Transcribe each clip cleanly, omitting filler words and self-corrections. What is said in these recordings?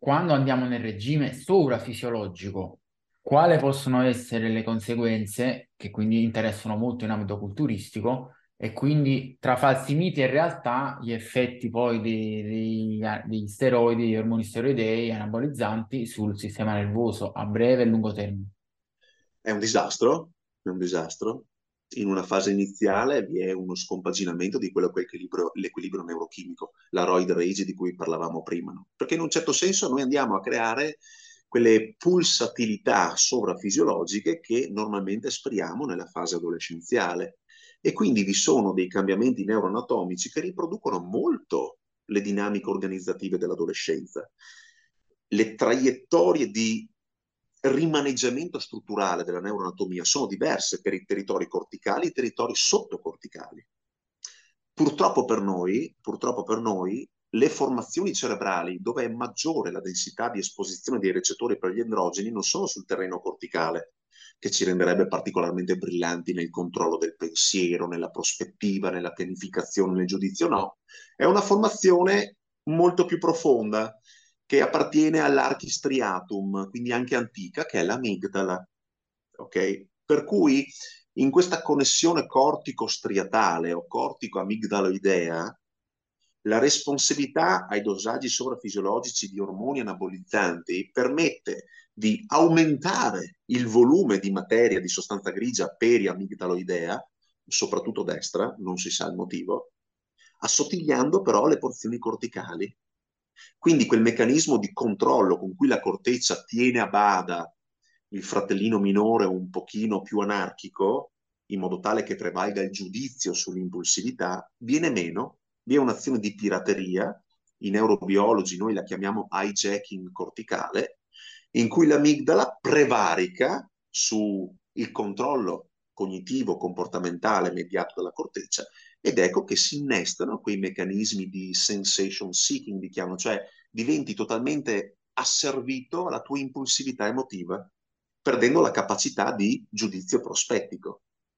quando andiamo nel regime sovrafisiologico, quali possono essere le conseguenze che quindi interessano molto in ambito culturistico e quindi tra falsi miti e realtà gli effetti poi degli steroidi, degli ormoni steroidei, anabolizzanti sul sistema nervoso a breve e lungo termine. È un disastro, è un disastro. In una fase iniziale vi è uno scompaginamento di quello che è l'equilibrio neurochimico, la Roid Rage di cui parlavamo prima, no? Perché in un certo senso noi andiamo a creare quelle pulsatilità sovrafisiologiche che normalmente esprimiamo nella fase adolescenziale. E quindi vi sono dei cambiamenti neuroanatomici che riproducono molto le dinamiche organizzative dell'adolescenza. Le traiettorie di rimaneggiamento strutturale della neuroanatomia sono diverse per i territori corticali e i territori sottocorticali. Purtroppo per noi, le formazioni cerebrali dove è maggiore la densità di esposizione dei recettori per gli androgeni non sono sul terreno corticale, che ci renderebbe particolarmente brillanti nel controllo del pensiero, nella prospettiva, nella pianificazione, nel giudizio, no. È una formazione molto più profonda, che appartiene all'archistriatum, quindi anche antica, che è l'amigdala. Ok? Per cui in questa connessione cortico-striatale o cortico-amigdaloidea, la responsabilità ai dosaggi sovrafisiologici di ormoni anabolizzanti permette di aumentare il volume di materia di sostanza grigia periamigdaloidea, soprattutto destra, non si sa il motivo, assottigliando però le porzioni corticali. Quindi quel meccanismo di controllo con cui la corteccia tiene a bada il fratellino minore un pochino più anarchico, in modo tale che prevalga il giudizio sull'impulsività, viene meno, vi è un'azione di pirateria, i neurobiologi noi la chiamiamo hijacking corticale, in cui l'amigdala prevarica sul controllo cognitivo, comportamentale mediato dalla corteccia ed ecco che si innestano quei meccanismi di sensation seeking, di chiamo, cioè diventi totalmente asservito alla tua impulsività emotiva, perdendo la capacità di giudizio prospettico.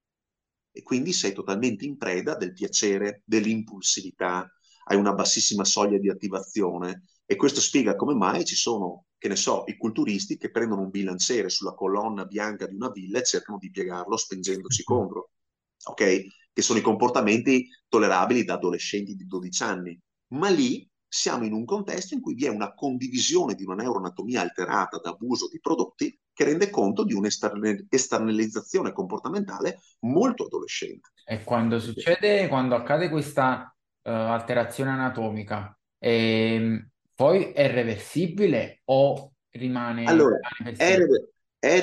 E quindi sei totalmente in preda del piacere, dell'impulsività, hai una bassissima soglia di attivazione e questo spiega come mai ci sono, che ne so, i culturisti che prendono un bilanciere sulla colonna bianca di una villa e cercano di piegarlo spingendoci contro, ok? Che sono i comportamenti tollerabili da adolescenti di 12 anni. Ma lì siamo in un contesto in cui vi è una condivisione di una neuroanatomia alterata da abuso di prodotti che rende conto di un'esternalizzazione comportamentale molto adolescente. E quando succede, quando accade questa alterazione anatomica, poi è reversibile o Allora, rimane per è, sempre? è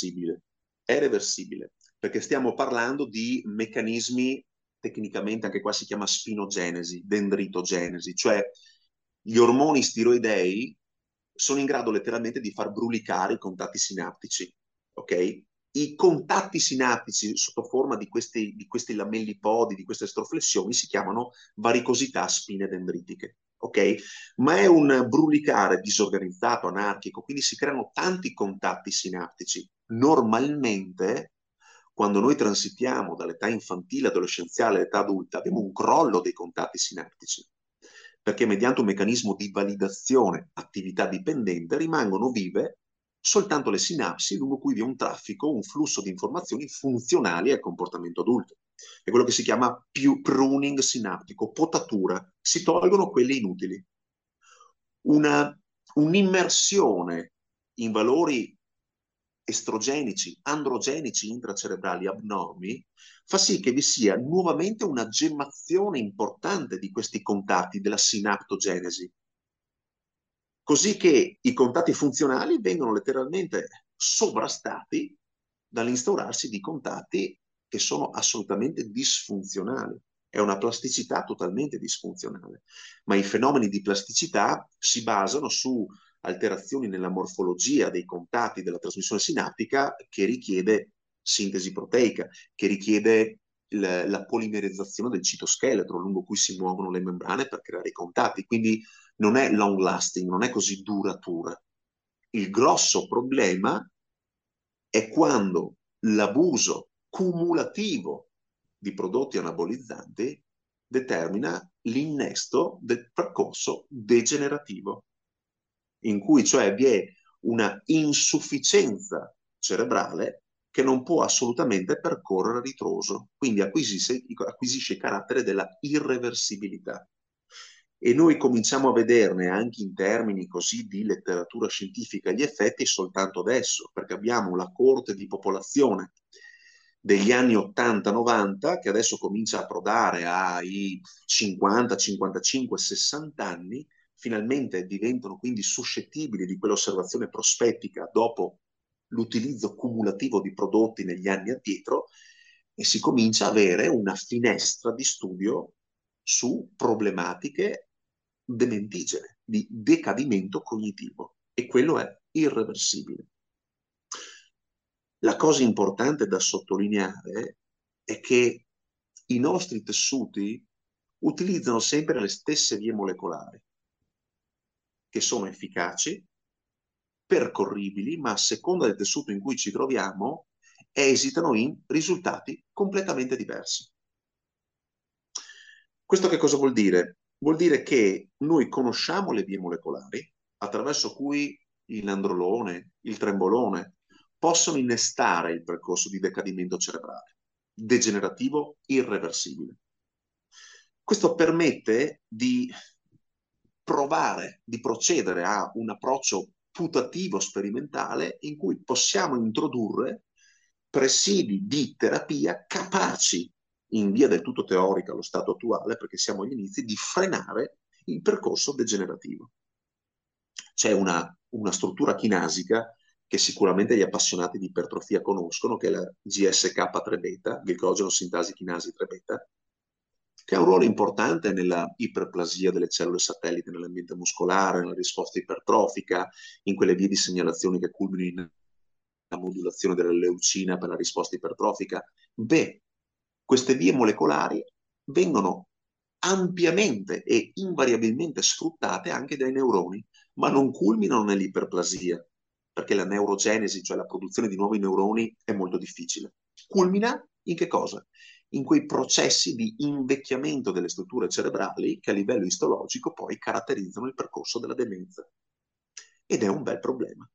è reversibile, perché stiamo parlando di meccanismi, tecnicamente anche qua si chiama spinogenesi, dendritogenesi, cioè gli ormoni stiroidei sono in grado letteralmente di far brulicare i contatti sinaptici, ok? I contatti sinaptici sotto forma di questi lamellipodi, di queste estroflessioni, si chiamano varicosità spine dendritiche, ok? Ma è un brulicare disorganizzato, anarchico, quindi si creano tanti contatti sinaptici. Normalmente, quando noi transitiamo dall'età infantile, adolescenziale all'età adulta, abbiamo un crollo dei contatti sinaptici, perché mediante un meccanismo di validazione attività dipendente rimangono vive soltanto le sinapsi lungo cui vi è un traffico, un flusso di informazioni funzionali al comportamento adulto. È quello che si chiama pruning sinaptico, potatura, si tolgono quelle inutili. Una, un'immersione in valori estrogenici, androgenici intracerebrali abnormi fa sì che vi sia nuovamente una gemmazione importante di questi contatti della sinaptogenesi, così che i contatti funzionali vengono letteralmente sovrastati dall'instaurarsi di contatti che sono assolutamente disfunzionali. È una plasticità totalmente disfunzionale, ma i fenomeni di plasticità si basano su alterazioni nella morfologia dei contatti della trasmissione sinaptica che richiede sintesi proteica, che richiede la polimerizzazione del citoscheletro lungo cui si muovono le membrane per creare i contatti. Quindi non è long lasting, non è così duratura. Il grosso problema è quando l'abuso cumulativo di prodotti anabolizzanti determina l'innesto del percorso degenerativo. in cui cioè vi è una insufficienza cerebrale che non può assolutamente percorrere a ritroso, quindi acquisisce il carattere della irreversibilità. E noi cominciamo a vederne anche in termini così di letteratura scientifica gli effetti soltanto adesso, perché abbiamo la corte di popolazione degli anni 80-90 che adesso comincia a approdare ai 50, 55, 60 anni, finalmente diventano quindi suscettibili di quell'osservazione prospettica dopo l'utilizzo cumulativo di prodotti negli anni addietro e si comincia a avere una finestra di studio su problematiche dementigene, di decadimento cognitivo e quello è irreversibile. La cosa importante da sottolineare è che i nostri tessuti utilizzano sempre le stesse vie molecolari, che sono efficaci, percorribili, ma a seconda del tessuto in cui ci troviamo, esitano in risultati completamente diversi. Questo che cosa vuol dire? Vuol dire che noi conosciamo le vie molecolari attraverso cui il nandrolone, il trembolone possono innestare il percorso di decadimento cerebrale, degenerativo irreversibile. Questo permette di provare, di procedere a un approccio putativo sperimentale in cui possiamo introdurre presidi di terapia capaci, in via del tutto teorica allo stato attuale, perché siamo agli inizi, di frenare il percorso degenerativo. C'è una struttura chinasica che sicuramente gli appassionati di ipertrofia conoscono, che è la GSK3-beta, glicogeno sintasi chinasi 3-beta, che ha un ruolo importante nella iperplasia delle cellule satellite nell'ambiente muscolare, nella risposta ipertrofica, in quelle vie di segnalazione che culminano in la modulazione della leucina per la risposta ipertrofica. Beh, queste vie molecolari vengono ampiamente e invariabilmente sfruttate anche dai neuroni, ma non culminano nell'iperplasia, perché la neurogenesi, cioè la produzione di nuovi neuroni, è molto difficile. Culmina in che cosa? In quei processi di invecchiamento delle strutture cerebrali che a livello istologico poi caratterizzano il percorso della demenza. Ed è un bel problema.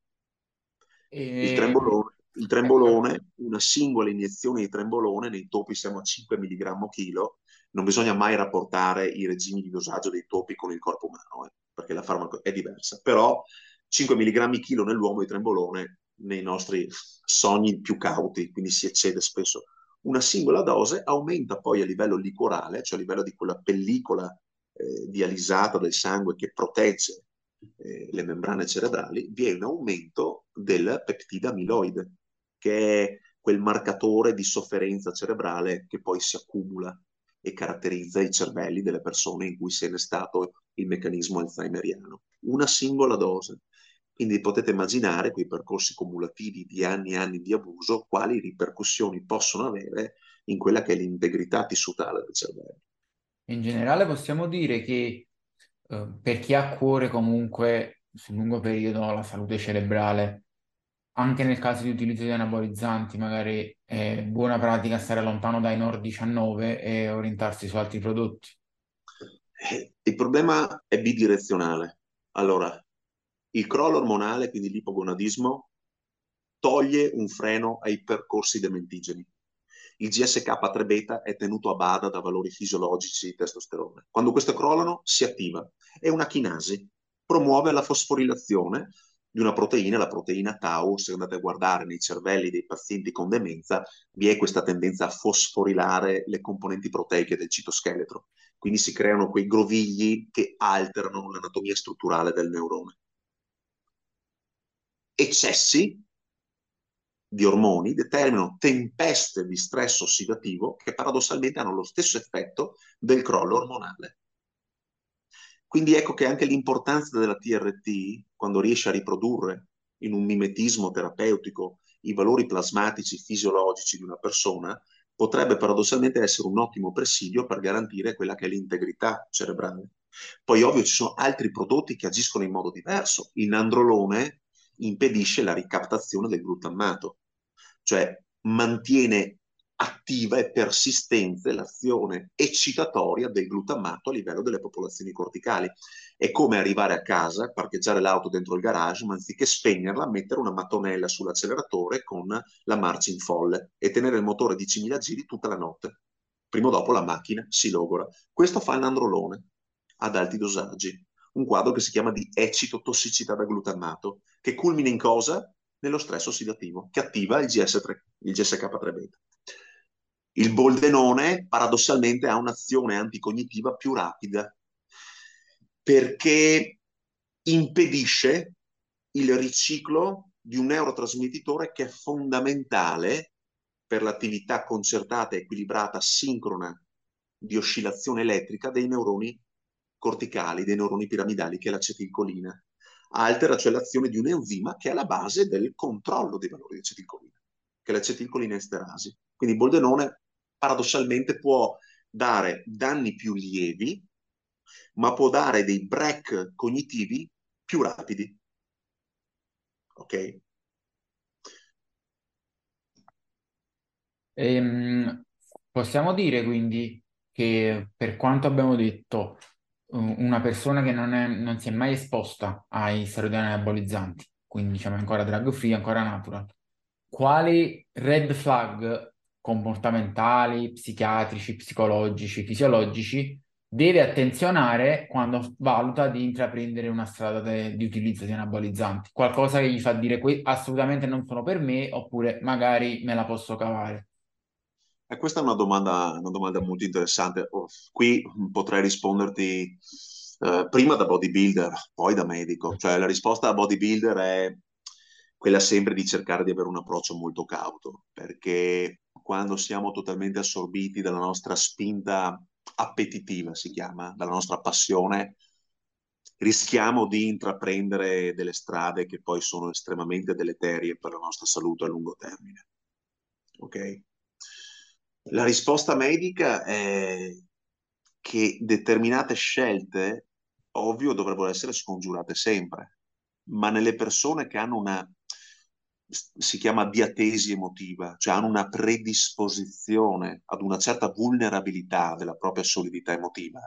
E, Il ecco, trembolone, una singola iniezione di trembolone, nei topi siamo a 5 mg chilo, non bisogna mai rapportare i regimi di dosaggio dei topi con il corpo umano, perché la farmaco è diversa, però 5 mg chilo nell'uomo di trembolone nei nostri sogni più cauti, quindi si eccede spesso. Una singola dose aumenta poi a livello liquorale, cioè a livello di quella pellicola dialisata del sangue che protegge le membrane cerebrali, vi è un aumento del peptide amiloide, che è quel marcatore di sofferenza cerebrale che poi si accumula e caratterizza i cervelli delle persone in cui si è innestato il meccanismo alzheimeriano. Una singola dose. Quindi potete immaginare quei percorsi cumulativi di anni e anni di abuso, quali ripercussioni possono avere in quella che è l'integrità tissutale del cervello. in generale possiamo dire che per chi ha a cuore comunque sul lungo periodo la salute cerebrale, anche nel caso di utilizzo di anabolizzanti, magari è buona pratica stare lontano dai NOR 19 e orientarsi su altri prodotti. Il problema è bidirezionale. Allora, il crollo ormonale, quindi l'ipogonadismo, toglie un freno ai percorsi dementigeni. Il GSK3 beta è tenuto a bada da valori fisiologici di testosterone. Quando queste crollano, si attiva. È una chinasi, promuove la fosforilazione di una proteina, la proteina tau. Se andate a guardare nei cervelli dei pazienti con demenza, vi è questa tendenza a fosforilare le componenti proteiche del citoscheletro. Quindi si creano quei grovigli che alterano l'anatomia strutturale del neurone. Eccessi di ormoni determinano tempeste di stress ossidativo che paradossalmente hanno lo stesso effetto del crollo ormonale. Quindi ecco che anche l'importanza della TRT, quando riesce a riprodurre in un mimetismo terapeutico i valori plasmatici fisiologici di una persona, potrebbe paradossalmente essere un ottimo presidio per garantire quella che è l'integrità cerebrale. Poi ovvio ci sono altri prodotti che agiscono in modo diverso. Il nandrolone impedisce la ricaptazione del glutammato, cioè mantiene attiva e persistente l'azione eccitatoria del glutammato a livello delle popolazioni corticali. È come arrivare a casa, parcheggiare l'auto dentro il garage, ma anziché spegnerla, mettere una mattonella sull'acceleratore con la marcia in folle e tenere il motore a 10.000 giri tutta la notte. Prima o dopo la macchina si logora. Questo fa il nandrolone ad alti dosaggi, un quadro che si chiama di eccitotossicità da glutammato, che culmina in cosa? Nello stress ossidativo, che attiva il GS3, il GSK3 beta. Il boldenone paradossalmente ha un'azione anticognitiva più rapida perché impedisce il riciclo di un neurotrasmettitore che è fondamentale per l'attività concertata, equilibrata, sincrona di oscillazione elettrica dei neuroni corticali, dei neuroni piramidali, che è l'acetilcolina. Altera cioè l'azione di un enzima che è alla base del controllo dei valori di acetilcolina, che è l'acetilcolina esterasi. Quindi il boldenone paradossalmente può dare danni più lievi, ma può dare dei break cognitivi più rapidi. Ok? Ehm, Possiamo dire quindi che per quanto abbiamo detto, una persona che non si è mai esposta ai steroidi anabolizzanti, quindi diciamo ancora drug free, ancora natural, quali red flag comportamentali, psichiatrici, psicologici, fisiologici deve attenzionare quando valuta di intraprendere una strada di utilizzo di anabolizzanti? Qualcosa che gli fa dire assolutamente non sono per me, oppure magari me la posso cavare. Questa è una domanda molto interessante. Qui potrei risponderti prima da bodybuilder, poi da medico. Cioè la risposta da bodybuilder è quella sempre di cercare di avere un approccio molto cauto, perché quando siamo totalmente assorbiti dalla nostra spinta appetitiva, si chiama, dalla nostra passione, rischiamo di intraprendere delle strade che poi sono estremamente deleterie per la nostra salute a lungo termine. Ok? La risposta medica è che determinate scelte, ovvio, dovrebbero essere scongiurate sempre, ma nelle persone che hanno una, si chiama diatesi emotiva, cioè hanno una predisposizione ad una certa vulnerabilità della propria solidità emotiva,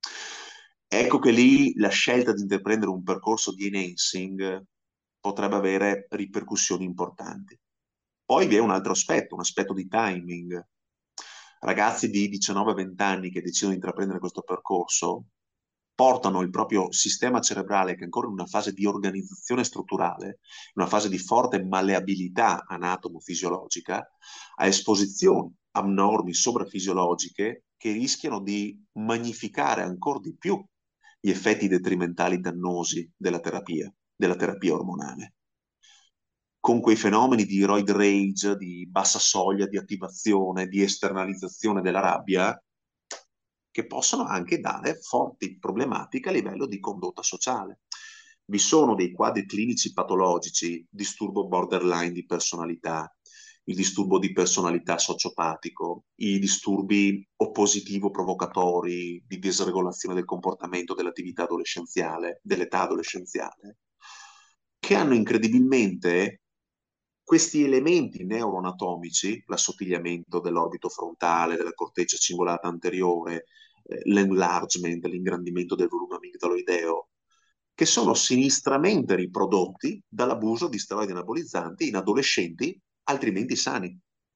ecco che lì la scelta di intraprendere un percorso di enhancing potrebbe avere ripercussioni importanti. Poi vi è un aspetto di timing. Ragazzi di 19-20 anni che decidono di intraprendere questo percorso portano il proprio sistema cerebrale, che è ancora in una fase di organizzazione strutturale, in una fase di forte malleabilità anatomo-fisiologica, a esposizioni abnormi, sovrafisiologiche, che rischiano di magnificare ancora di più gli effetti detrimentali dannosi della terapia ormonale, con quei fenomeni di roid rage, di bassa soglia di attivazione, di esternalizzazione della rabbia, che possono anche dare forti problematiche a livello di condotta sociale. Vi sono dei quadri clinici patologici, disturbo borderline di personalità, il disturbo di personalità sociopatico, i disturbi oppositivo-provocatori di disregolazione del comportamento dell'attività adolescenziale, dell'età adolescenziale, che hanno incredibilmente questi elementi neuroanatomici, l'assottigliamento dell'orbito frontale, della corteccia cingolata anteriore, l'enlargement, l'ingrandimento del volume amigdaloideo, che sono sinistramente riprodotti dall'abuso di steroidi anabolizzanti in adolescenti altrimenti sani.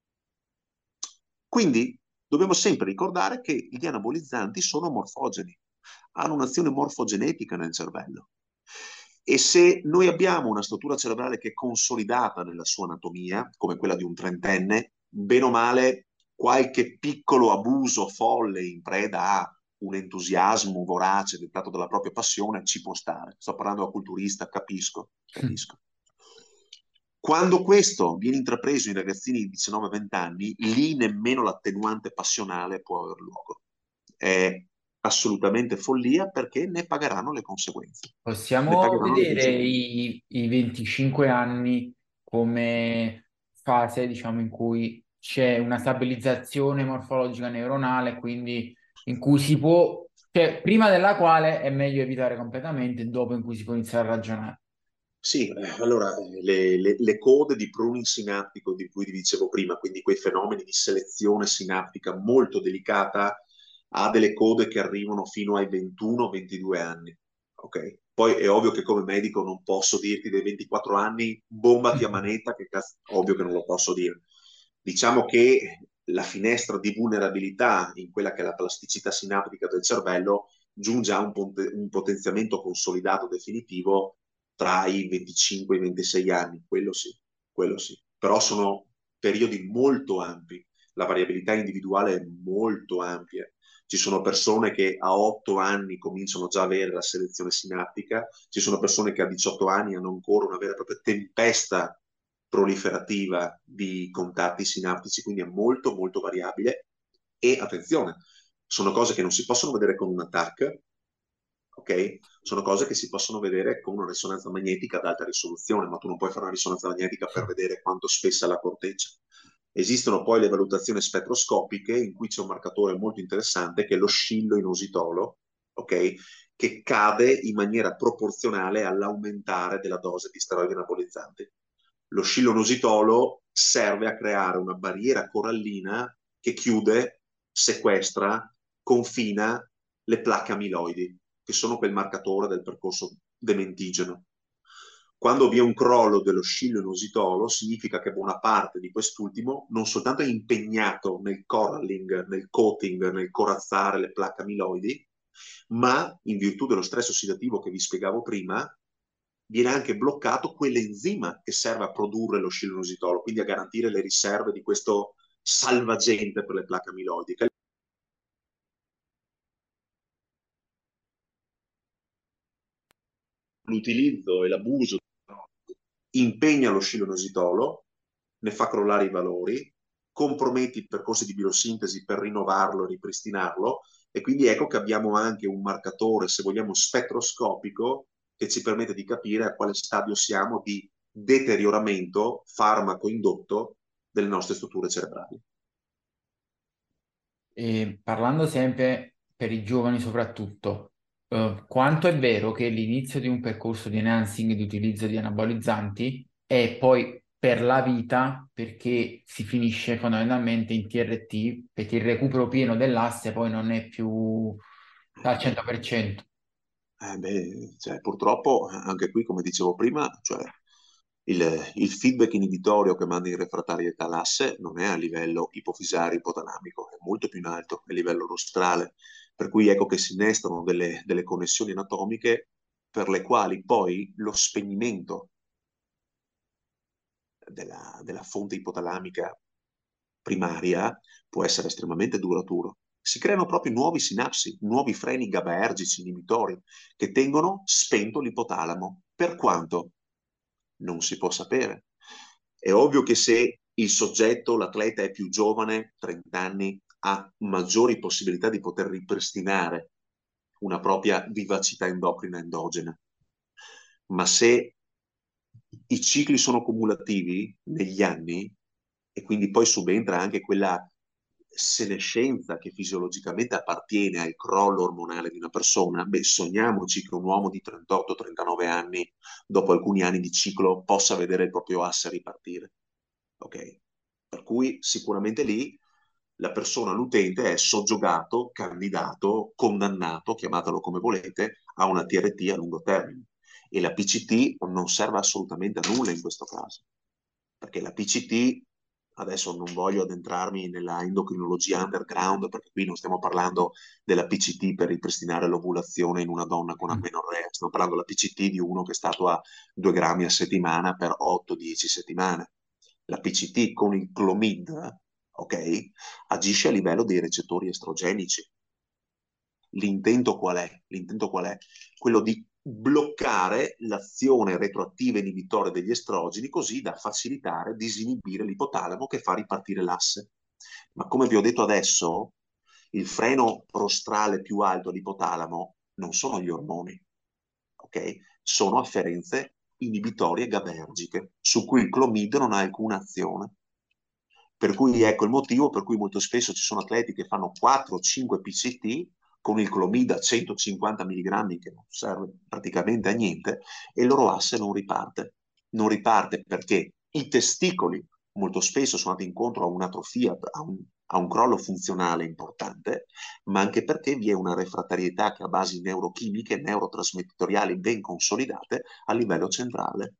Quindi dobbiamo sempre ricordare che gli anabolizzanti sono morfogeni, hanno un'azione morfogenetica nel cervello. E se noi abbiamo una struttura cerebrale che è consolidata nella sua anatomia, come quella di un trentenne, bene o male qualche piccolo abuso folle in preda a un entusiasmo vorace dettato dalla propria passione ci può stare. Sto parlando da culturista, capisco, capisco. Quando questo viene intrapreso in ragazzini di 19-20 anni, lì nemmeno l'attenuante passionale può aver luogo. È assolutamente follia, perché ne pagheranno le conseguenze. Ne Possiamo pagheranno le vedere conseguenze. i 25 anni come fase, diciamo, in cui c'è una stabilizzazione morfologica neuronale, quindi in cui si può, cioè prima della quale è meglio evitare completamente, dopo in cui si può iniziare a ragionare. Sì, allora le code di pruning sinaptico di cui vi dicevo prima, quindi quei fenomeni di selezione sinaptica molto delicata, ha delle code che arrivano fino ai 21-22 anni. Ok? Poi è ovvio che come medico non posso dirti dei 24 anni, bombati a manetta, che cazzo, ovvio che non lo posso dire. Diciamo che la finestra di vulnerabilità in quella che è la plasticità sinaptica del cervello giunge a un potenziamento consolidato definitivo tra i 25 e i 26 anni, quello sì, quello sì. Però sono periodi molto ampi, la variabilità individuale è molto ampia. Ci sono persone che a 8 anni cominciano già a avere la selezione sinaptica, ci sono persone che a 18 anni hanno ancora una vera e propria tempesta proliferativa di contatti sinaptici, quindi è molto molto variabile. E attenzione, sono cose che non si possono vedere con un attacco, ok? Sono cose che si possono vedere con una risonanza magnetica ad alta risoluzione, ma tu non puoi fare una risonanza magnetica per vedere quanto spessa è la corteccia. Esistono poi le valutazioni spettroscopiche in cui c'è un marcatore molto interessante che è lo scillo inositolo, ok? Che cade in maniera proporzionale all'aumentare della dose di steroidi anabolizzanti. Lo scillo inositolo serve a creare una barriera corallina che chiude, sequestra, confina le placche amiloidi, che sono quel marcatore del percorso dementigeno. Quando vi è un crollo dello scillo inositolo, significa che buona parte di quest'ultimo non soltanto è impegnato nel coralling, nel coating, nel corazzare le placche amiloidi, ma in virtù dello stress ossidativo che vi spiegavo prima, viene anche bloccato quell'enzima che serve a produrre lo scillo inositolo, quindi a garantire le riserve di questo salvagente per le placche amiloidi. L'utilizzo e l'abuso impegna lo scilonositolo, ne fa crollare i valori, compromette i percorsi di biosintesi per rinnovarlo, ripristinarlo, e quindi ecco che abbiamo anche un marcatore, se vogliamo, spettroscopico che ci permette di capire a quale stadio siamo di deterioramento farmaco indotto delle nostre strutture cerebrali. E parlando sempre per i giovani soprattutto, quanto è vero che l'inizio di un percorso di enhancing di utilizzo di anabolizzanti è poi per la vita, perché si finisce fondamentalmente in TRT, perché il recupero pieno dell'asse poi non è più al Beh, 100%. cioè, purtroppo anche qui, come dicevo prima, cioè, il feedback inibitorio che manda in refrattarietà l'asse non è a livello ipofisario ipotalamico, è molto più in alto, è a livello rostrale, per cui ecco che si innestano delle connessioni anatomiche per le quali poi lo spegnimento della fonte ipotalamica primaria può essere estremamente duraturo. Si creano proprio nuovi sinapsi, nuovi freni GABAergici inibitori che tengono spento l'ipotalamo. Per quanto? Non si può sapere. È ovvio che se il soggetto, l'atleta è più giovane, 30 anni, ha maggiori possibilità di poter ripristinare una propria vivacità endocrina endogena. Ma se i cicli sono cumulativi negli anni e quindi poi subentra anche quella senescenza che fisiologicamente appartiene al crollo ormonale di una persona, beh, sogniamoci che un uomo di 38-39 anni, dopo alcuni anni di ciclo, possa vedere il proprio asse ripartire. Ok? Per cui sicuramente lì la persona, l'utente, è soggiogato, candidato, condannato, chiamatelo come volete, a una TRT a lungo termine. E la PCT non serve assolutamente a nulla in questo caso, perché la PCT, adesso non voglio addentrarmi nella endocrinologia underground, perché qui non stiamo parlando della PCT per ripristinare l'ovulazione in una donna con amenorrea, stiamo parlando della PCT di uno che è stato a 2 grammi a settimana per 8-10 settimane. La PCT con il Clomid, ok, agisce a livello dei recettori estrogenici. L'intento qual è? L'intento qual è? Quello di bloccare l'azione retroattiva inibitoria degli estrogeni così da facilitare, disinibire l'ipotalamo che fa ripartire l'asse. Ma come vi ho detto adesso, il freno prostrale più alto all'ipotalamo non sono gli ormoni, ok? Sono afferenze inibitorie GABAergiche su cui il clomid non ha alcuna azione. Per cui ecco il motivo per cui molto spesso ci sono atleti che fanno 4-5 PCT con il clomid a 150 mg che non serve praticamente a niente e il loro asse non riparte. Non riparte perché i testicoli molto spesso sono andati incontro a un'atrofia, a un crollo funzionale importante, ma anche perché vi è una refrattarietà che ha basi neurochimiche e neurotrasmettitoriali ben consolidate a livello centrale.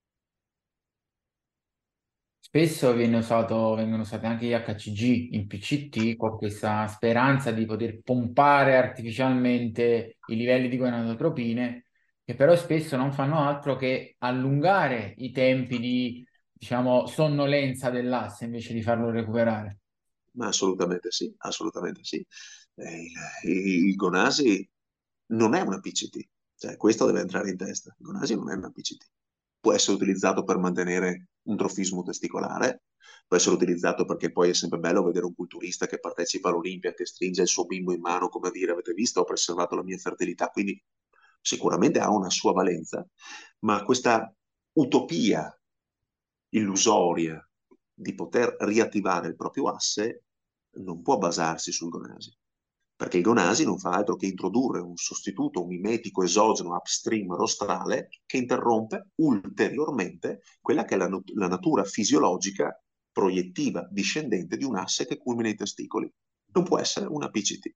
Spesso vengono usati anche gli HCG in PCT con questa speranza di poter pompare artificialmente i livelli di gonadotropine, che però spesso non fanno altro che allungare i tempi di, diciamo, sonnolenza dell'asse invece di farlo recuperare. Ma assolutamente sì, assolutamente sì. Il Gonasi non è una PCT, cioè questo deve entrare in testa. Il Gonasi non è una PCT. Può essere utilizzato per mantenere un trofismo testicolare, può essere utilizzato perché poi è sempre bello vedere un culturista che partecipa all'Olimpia, che stringe il suo bimbo in mano, come a dire, avete visto, ho preservato la mia fertilità, quindi sicuramente ha una sua valenza, ma questa utopia illusoria di poter riattivare il proprio asse non può basarsi sul Gonasi, perché il Gonasi non fa altro che introdurre un sostituto, un mimetico esogeno upstream rostrale che interrompe ulteriormente quella che è la natura fisiologica proiettiva discendente di un asse che culmina i testicoli. Non può essere una PCT.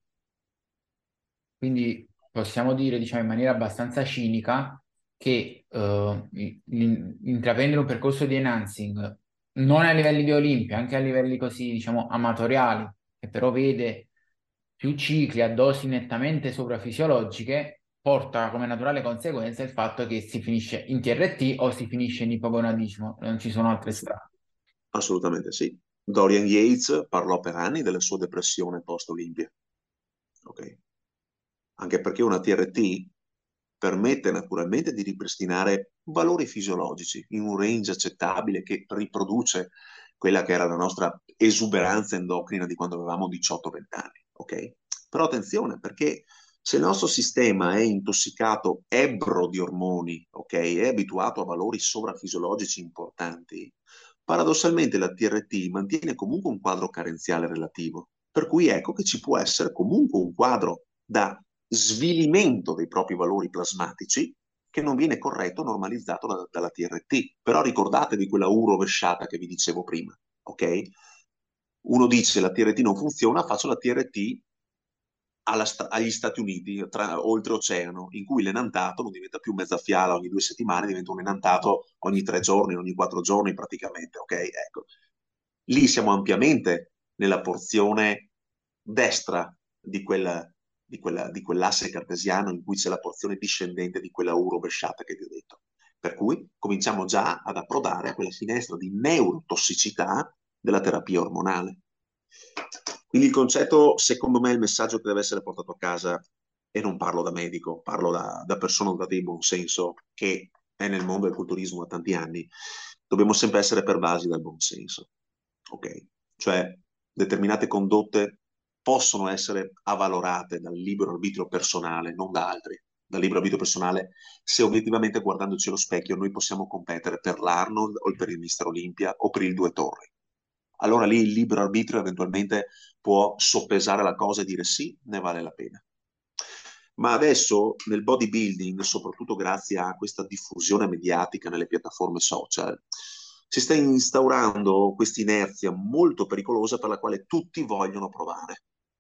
Possiamo dire, diciamo, in maniera abbastanza cinica che intraprendere un percorso di enhancing non a livelli di Olimpia, anche a livelli così, diciamo, amatoriali, che però vede più cicli a dosi nettamente soprafisiologiche, porta come naturale conseguenza il fatto che si finisce in TRT o si finisce in ipogonadismo, non ci sono altre strade. Assolutamente sì. Dorian Yates parlò per anni della sua depressione post-Olimpia. Ok? Anche perché una TRT permette naturalmente di ripristinare valori fisiologici in un range accettabile che riproduce quella che era la nostra esuberanza endocrina di quando avevamo 18-20 anni, ok? Però attenzione, perché se il nostro sistema è intossicato, ebbro di ormoni, ok? È abituato a valori sovrafisiologici importanti, paradossalmente la TRT mantiene comunque un quadro carenziale relativo, per cui ecco che ci può essere comunque un quadro da svilimento dei propri valori plasmatici che non viene corretto, normalizzato dalla TRT. Però ricordate di quella U rovesciata che vi dicevo prima, ok? Uno dice la TRT non funziona, faccio la TRT agli Stati Uniti, oltreoceano, in cui l'enantato non diventa più mezza fiala ogni 2 settimane, diventa un enantato ogni 3 giorni, ogni 4 giorni praticamente, ok? Ecco. Lì siamo ampiamente nella porzione destra di quell'asse cartesiano in cui c'è la porzione discendente di quella U rovesciata che vi ho detto. Per cui cominciamo già ad approdare a quella finestra di neurotossicità della terapia ormonale. Quindi il concetto, secondo me, il messaggio che deve essere portato a casa, e non parlo da medico, parlo da persona dotata di buon senso, che è nel mondo del culturismo da tanti anni, dobbiamo sempre essere pervasi dal buon senso. Ok? Cioè, determinate condotte possono essere avvalorate dal libero arbitrio personale, non da altri. Dal libero arbitrio personale, se obiettivamente guardandoci allo specchio noi possiamo competere per l'Arnold o per il Mister Olympia o per il Due Torri. Allora lì il libero arbitrio eventualmente può soppesare la cosa e dire sì, ne vale la pena. Ma adesso nel bodybuilding, soprattutto grazie a questa diffusione mediatica nelle piattaforme social, si sta instaurando questa inerzia molto pericolosa per la quale tutti vogliono provare,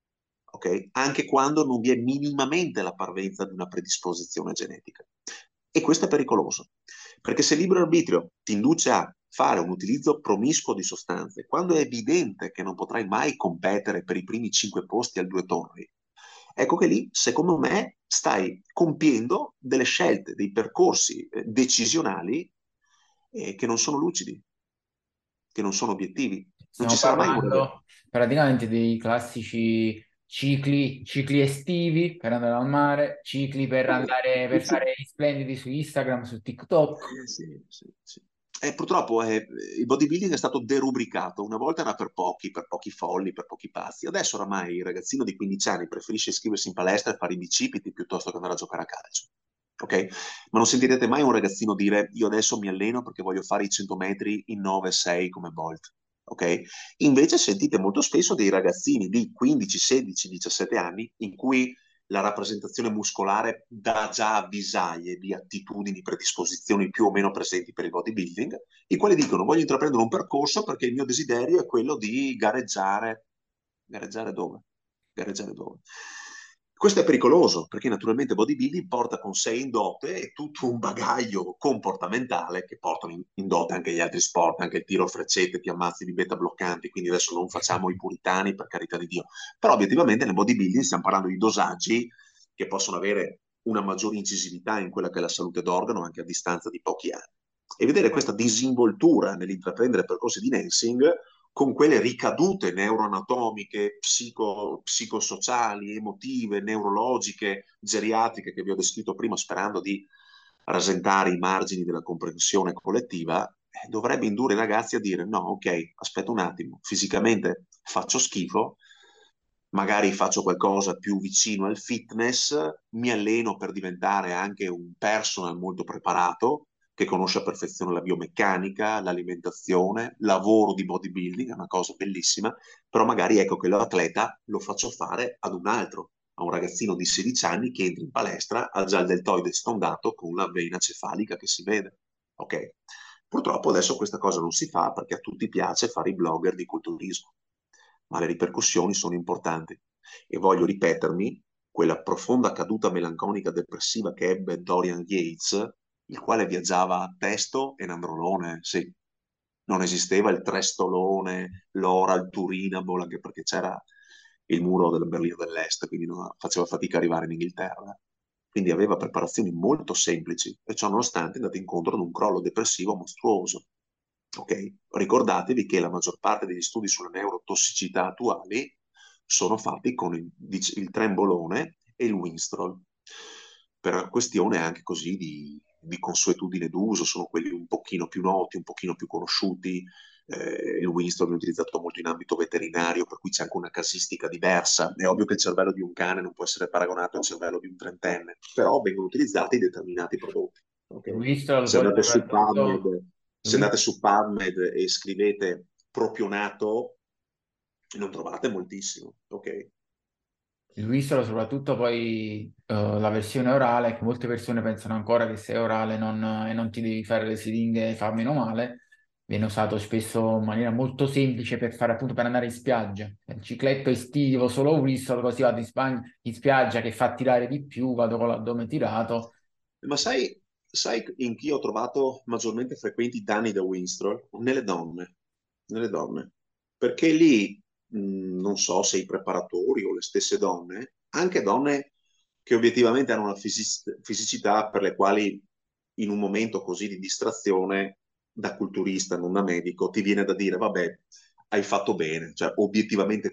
ok? Anche quando non vi è minimamente la parvenza di una predisposizione genetica. E questo è pericoloso, perché se il libero arbitrio ti induce a fare un utilizzo promiscuo di sostanze, quando è evidente che non potrai mai competere per i primi 5 posti al Due Torri, ecco che lì, secondo me, stai compiendo delle scelte, dei percorsi decisionali che non sono lucidi, che non sono obiettivi. Non ci Stiamo sarà mai un ragazzo. parlando praticamente dei classici cicli estivi per andare al mare, cicli per andare per fare gli splendidi su Instagram, su TikTok. Sì, sì, sì. Purtroppo il bodybuilding è stato derubricato. Una volta era per pochi folli, per pochi pazzi. Adesso oramai il ragazzino di 15 anni preferisce iscriversi in palestra e fare i bicipiti piuttosto che andare a giocare a calcio. Ok? Ma non sentirete mai un ragazzino dire io adesso mi alleno perché voglio fare i 100 metri in 9-6 come Bolt. Ok? Invece sentite molto spesso dei ragazzini di 15, 16, 17 anni in cui la rappresentazione muscolare dà già avvisaglie di attitudini, predisposizioni più o meno presenti per il bodybuilding, i quali dicono voglio intraprendere un percorso perché il mio desiderio è quello di gareggiare. Gareggiare dove? Gareggiare dove? Questo è pericoloso perché naturalmente bodybuilding porta con sé in dote tutto un bagaglio comportamentale che portano in dote anche gli altri sport, anche il tiro a freccette, ti ammazzi di beta bloccanti, quindi adesso non facciamo i puritani per carità di Dio, però obiettivamente nel bodybuilding stiamo parlando di dosaggi che possono avere una maggiore incisività in quella che è la salute d'organo anche a distanza di pochi anni. E vedere questa disinvoltura nell'intraprendere percorsi di Nensing con quelle ricadute neuroanatomiche, psicosociali, emotive, neurologiche, geriatriche che vi ho descritto prima, sperando di rasentare i margini della comprensione collettiva, dovrebbe indurre i ragazzi a dire no, ok, aspetta un attimo, fisicamente faccio schifo, magari faccio qualcosa più vicino al fitness, mi alleno per diventare anche un personal molto preparato, che conosce a perfezione la biomeccanica, l'alimentazione, lavoro di bodybuilding, è una cosa bellissima, però magari ecco che l'atleta lo faccio fare ad un altro, a un ragazzino di 16 anni che entra in palestra, ha già il deltoide stondato con la vena cefalica che si vede. Ok? Purtroppo adesso questa cosa non si fa perché a tutti piace fare i blogger di culturismo, ma le ripercussioni sono importanti. E voglio ripetermi, quella profonda caduta melanconica depressiva che ebbe Dorian Yates, il quale viaggiava a testo e nandrolone, sì. Non esisteva il trestolone, l'ora, il turinable, anche perché c'era il muro del Berlino dell'Est, quindi faceva fatica ad arrivare in Inghilterra. Quindi aveva preparazioni molto semplici e ciò nonostante è andato incontro ad un crollo depressivo mostruoso. Ok? Ricordatevi che la maggior parte degli studi sulla neurotossicità attuali sono fatti con il trembolone e il Winstrol, per questione anche così di consuetudine d'uso, sono quelli un pochino più noti, un pochino più conosciuti. Il Winstrol viene utilizzato molto in ambito veterinario, per cui c'è anche una casistica diversa. È ovvio che il cervello di un cane non può essere paragonato al cervello di un trentenne, però vengono utilizzati determinati prodotti. Il Okay? Winstrol Se poi andate su soprattutto, PubMed, il se andate Win- su PubMed e scrivete propionato, non trovate moltissimo, ok? il Winstrol soprattutto poi la versione orale, che molte persone pensano ancora che se è orale e non ti devi fare le siringhe e fa meno male, viene usato spesso in maniera molto semplice per fare appunto per andare in spiaggia. Il cicletto estivo, solo Winstrol, così vado in spiaggia che fa tirare di più, vado con l'addome tirato. Ma sai in chi ho trovato maggiormente frequenti i danni da Winstrol? Nelle donne, nelle donne. Perché lì, non so se i preparatori o le stesse donne, anche donne che obiettivamente hanno una fisicità per le quali in un momento così di distrazione, da culturista, non da medico, ti viene da dire, vabbè, hai fatto bene, cioè obiettivamente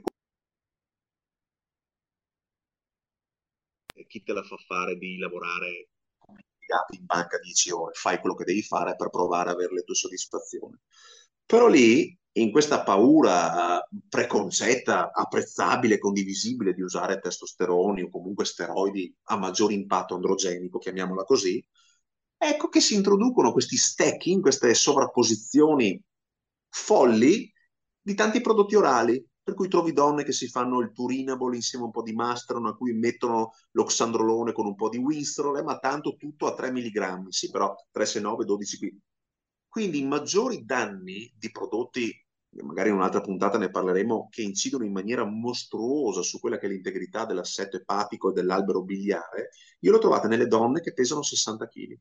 chi te la fa fare di lavorare come impiegato in banca 10 ore? Fai quello che devi fare per provare ad avere le tue soddisfazioni. Però lì, in questa paura preconcetta, apprezzabile, condivisibile di usare testosteroni o comunque steroidi a maggior impatto androgenico, chiamiamola così, ecco che si introducono questi stacking, queste sovrapposizioni folli di tanti prodotti orali, per cui trovi donne che si fanno il Turinable insieme a un po' di Mastron, a cui mettono l'oxandrolone con un po' di Winstrol, ma tanto tutto a 3 mg, sì, però 3 se 9, 12 qui. Quindi i maggiori danni di prodotti, magari in un'altra puntata ne parleremo, che incidono in maniera mostruosa su quella che è l'integrità dell'assetto epatico e dell'albero biliare, io l'ho trovata nelle donne che pesano 60 kg.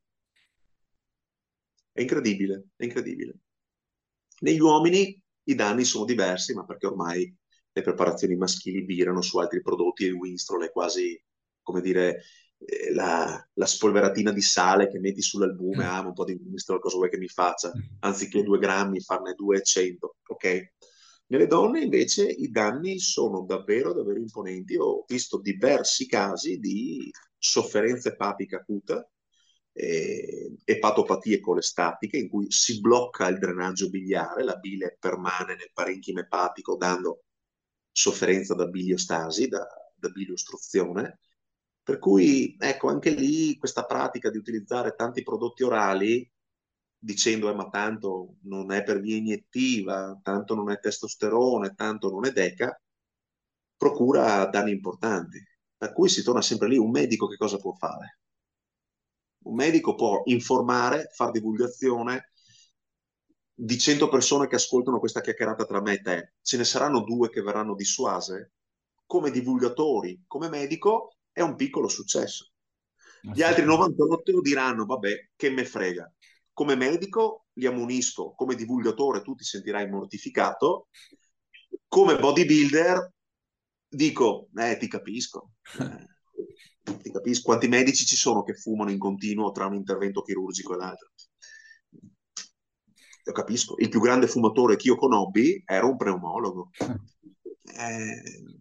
È incredibile, è incredibile. Negli uomini i danni sono diversi, ma perché ormai le preparazioni maschili virano su altri prodotti e il Winstrol è quasi, come dire, la spolveratina di sale che metti sull'albume, ah, un po' di Winstrol, cosa vuoi che mi faccia? Anziché 2 grammi, farne 200, ok? Nelle donne invece i danni sono davvero, davvero imponenti. Ho visto diversi casi di sofferenza epatica acuta, epatopatie colestatiche in cui si blocca il drenaggio biliare, la bile permane nel parenchima epatico dando sofferenza da biliostasi, da biliostruzione. Per cui, ecco, anche lì questa pratica di utilizzare tanti prodotti orali dicendo, ma tanto non è per via iniettiva, tanto non è testosterone, tanto non è DECA, procura danni importanti, Per cui si torna sempre lì, un medico che cosa può fare? Un medico può informare, fare divulgazione. Di 100 persone che ascoltano questa chiacchierata tra me e te, ce ne saranno 2 che verranno dissuase? Come divulgatori, come medico, è un piccolo successo. Gli altri Assolutamente. 98 diranno, vabbè, che me frega. Come medico li ammonisco, come divulgatore tu ti sentirai mortificato, come bodybuilder dico, ti capisco. Quanti medici ci sono che fumano in continuo tra un intervento chirurgico e l'altro? Lo capisco. Il più grande fumatore che io conobbi era un pneumologo. Eh,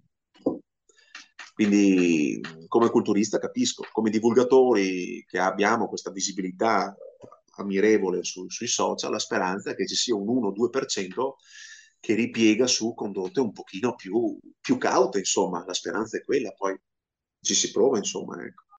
quindi, come culturista capisco, come divulgatori che abbiamo questa visibilità ammirevole sui social, la speranza è che ci sia un 1-2% che ripiega su condotte un pochino più caute, insomma, la speranza è quella, poi ci si prova, insomma, ecco.